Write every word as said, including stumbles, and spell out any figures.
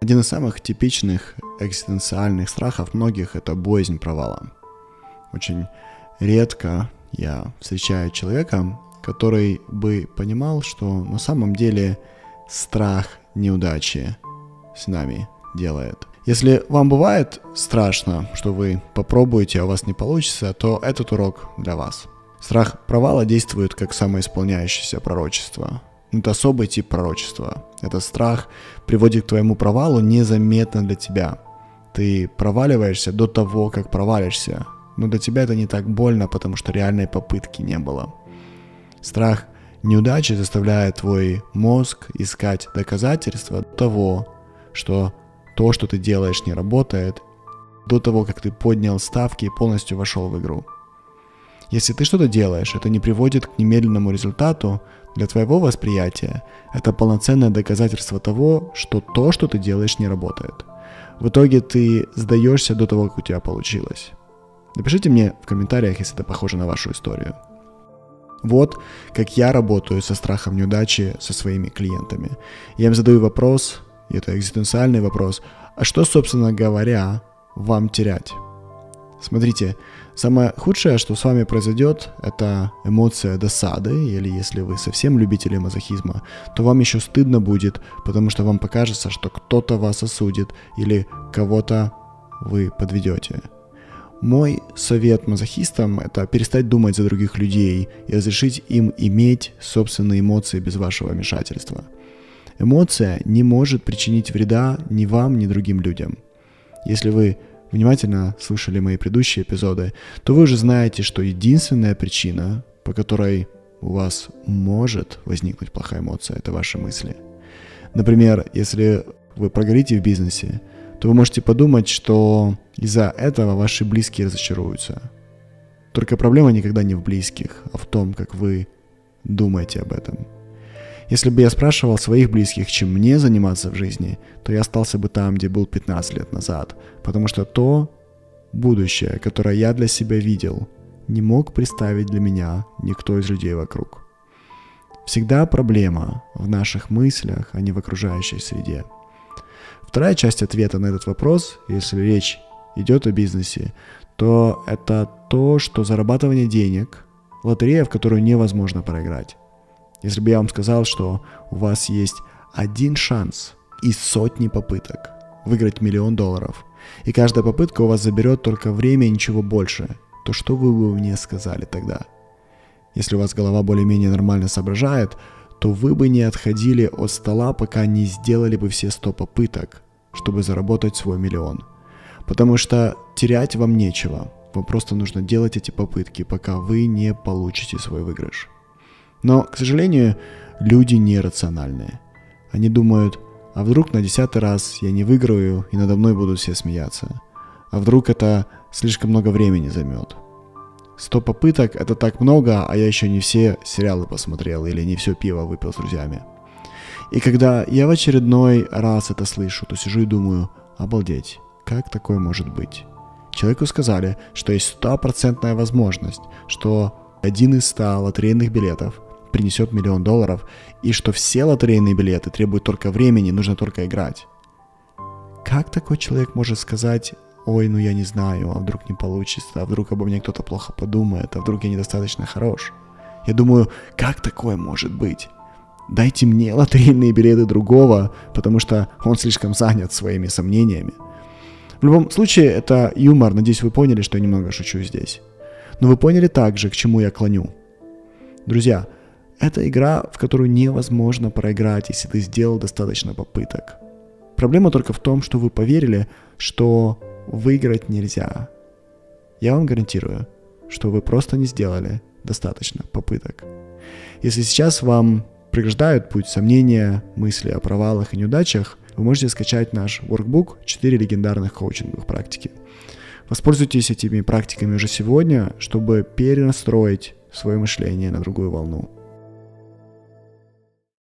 Один из самых типичных экзистенциальных страхов многих – это боязнь провала. Очень редко я встречаю человека, который бы понимал, что на самом деле страх неудачи с нами делает. Если вам бывает страшно, что вы попробуете, а у вас не получится, то этот урок для вас. Страх провала действует как самоисполняющееся пророчество. Это особый тип пророчества. Этот страх приводит к твоему провалу незаметно для тебя. Ты проваливаешься до того, как провалишься. Но для тебя это не так больно, потому что реальной попытки не было. Страх неудачи заставляет твой мозг искать доказательства того, что то, что ты делаешь, не работает, до того, как ты поднял ставки и полностью вошел в игру. Если ты что-то делаешь, это не приводит к немедленному результату, для твоего восприятия это полноценное доказательство того, что то, что ты делаешь, не работает. В итоге ты сдаешься до того, как у тебя получилось. Напишите мне в комментариях, если это похоже на вашу историю. Вот как я работаю со страхом неудачи со своими клиентами. Я им задаю вопрос, и это экзистенциальный вопрос, а что, собственно говоря, вам терять? Смотрите, самое худшее, что с вами произойдет, это эмоция досады, или если вы совсем любители мазохизма, то вам еще стыдно будет, потому что вам покажется, что кто-то вас осудит или кого-то вы подведете. Мой совет мазохистам – это перестать думать за других людей и разрешить им иметь собственные эмоции без вашего вмешательства. Эмоция не может причинить вреда ни вам, ни другим людям. Если вы внимательно слышали мои предыдущие эпизоды, то вы уже знаете, что единственная причина, по которой у вас может возникнуть плохая эмоция, это ваши мысли. Например, если вы прогорите в бизнесе, то вы можете подумать, что из-за этого ваши близкие разочаруются. Только проблема никогда не в близких, а в том, как вы думаете об этом. Если бы я спрашивал своих близких, чем мне заниматься в жизни, то я остался бы там, где был пятнадцать лет назад, потому что то будущее, которое я для себя видел, не мог представить для меня никто из людей вокруг. Всегда проблема в наших мыслях, а не в окружающей среде. Вторая часть ответа на этот вопрос, если речь идет о бизнесе, то это то, что зарабатывание денег – лотерея, в которую невозможно проиграть. Если бы я вам сказал, что у вас есть один шанс из сотни попыток выиграть миллион долларов, и каждая попытка у вас заберет только время и ничего больше, то что вы бы мне сказали тогда? Если у вас голова более-менее нормально соображает, то вы бы не отходили от стола, пока не сделали бы все сто попыток, чтобы заработать свой миллион. Потому что терять вам нечего, вам просто нужно делать эти попытки, пока вы не получите свой выигрыш. Но, к сожалению, люди нерациональные. Они думают, а вдруг на десятый раз я не выиграю и надо мной будут все смеяться? А вдруг это слишком много времени займет? сто попыток – это так много, а я еще не все сериалы посмотрел или не все пиво выпил с друзьями. И когда я в очередной раз это слышу, то сижу и думаю, обалдеть, как такое может быть? Человеку сказали, что есть стопроцентная возможность, что один из ста лотерейных билетов принесет миллион долларов, и что все лотерейные билеты требуют только времени, нужно только играть. Как такой человек может сказать, ой, ну я не знаю, а вдруг не получится, а вдруг обо мне кто-то плохо подумает, а вдруг я недостаточно хорош? Я думаю, как такое может быть? Дайте мне лотерейные билеты другого, потому что он слишком занят своими сомнениями. В любом случае, это юмор, надеюсь, вы поняли, что я немного шучу здесь. Но вы поняли также, к чему я клоню. Друзья, это игра, в которую невозможно проиграть, если ты сделал достаточно попыток. Проблема только в том, что вы поверили, что выиграть нельзя. Я вам гарантирую, что вы просто не сделали достаточно попыток. Если сейчас вам преграждают путь сомнения, мысли о провалах и неудачах, вы можете скачать наш workbook «четыре легендарных коучинговых практики». Воспользуйтесь этими практиками уже сегодня, чтобы перенастроить свое мышление на другую волну.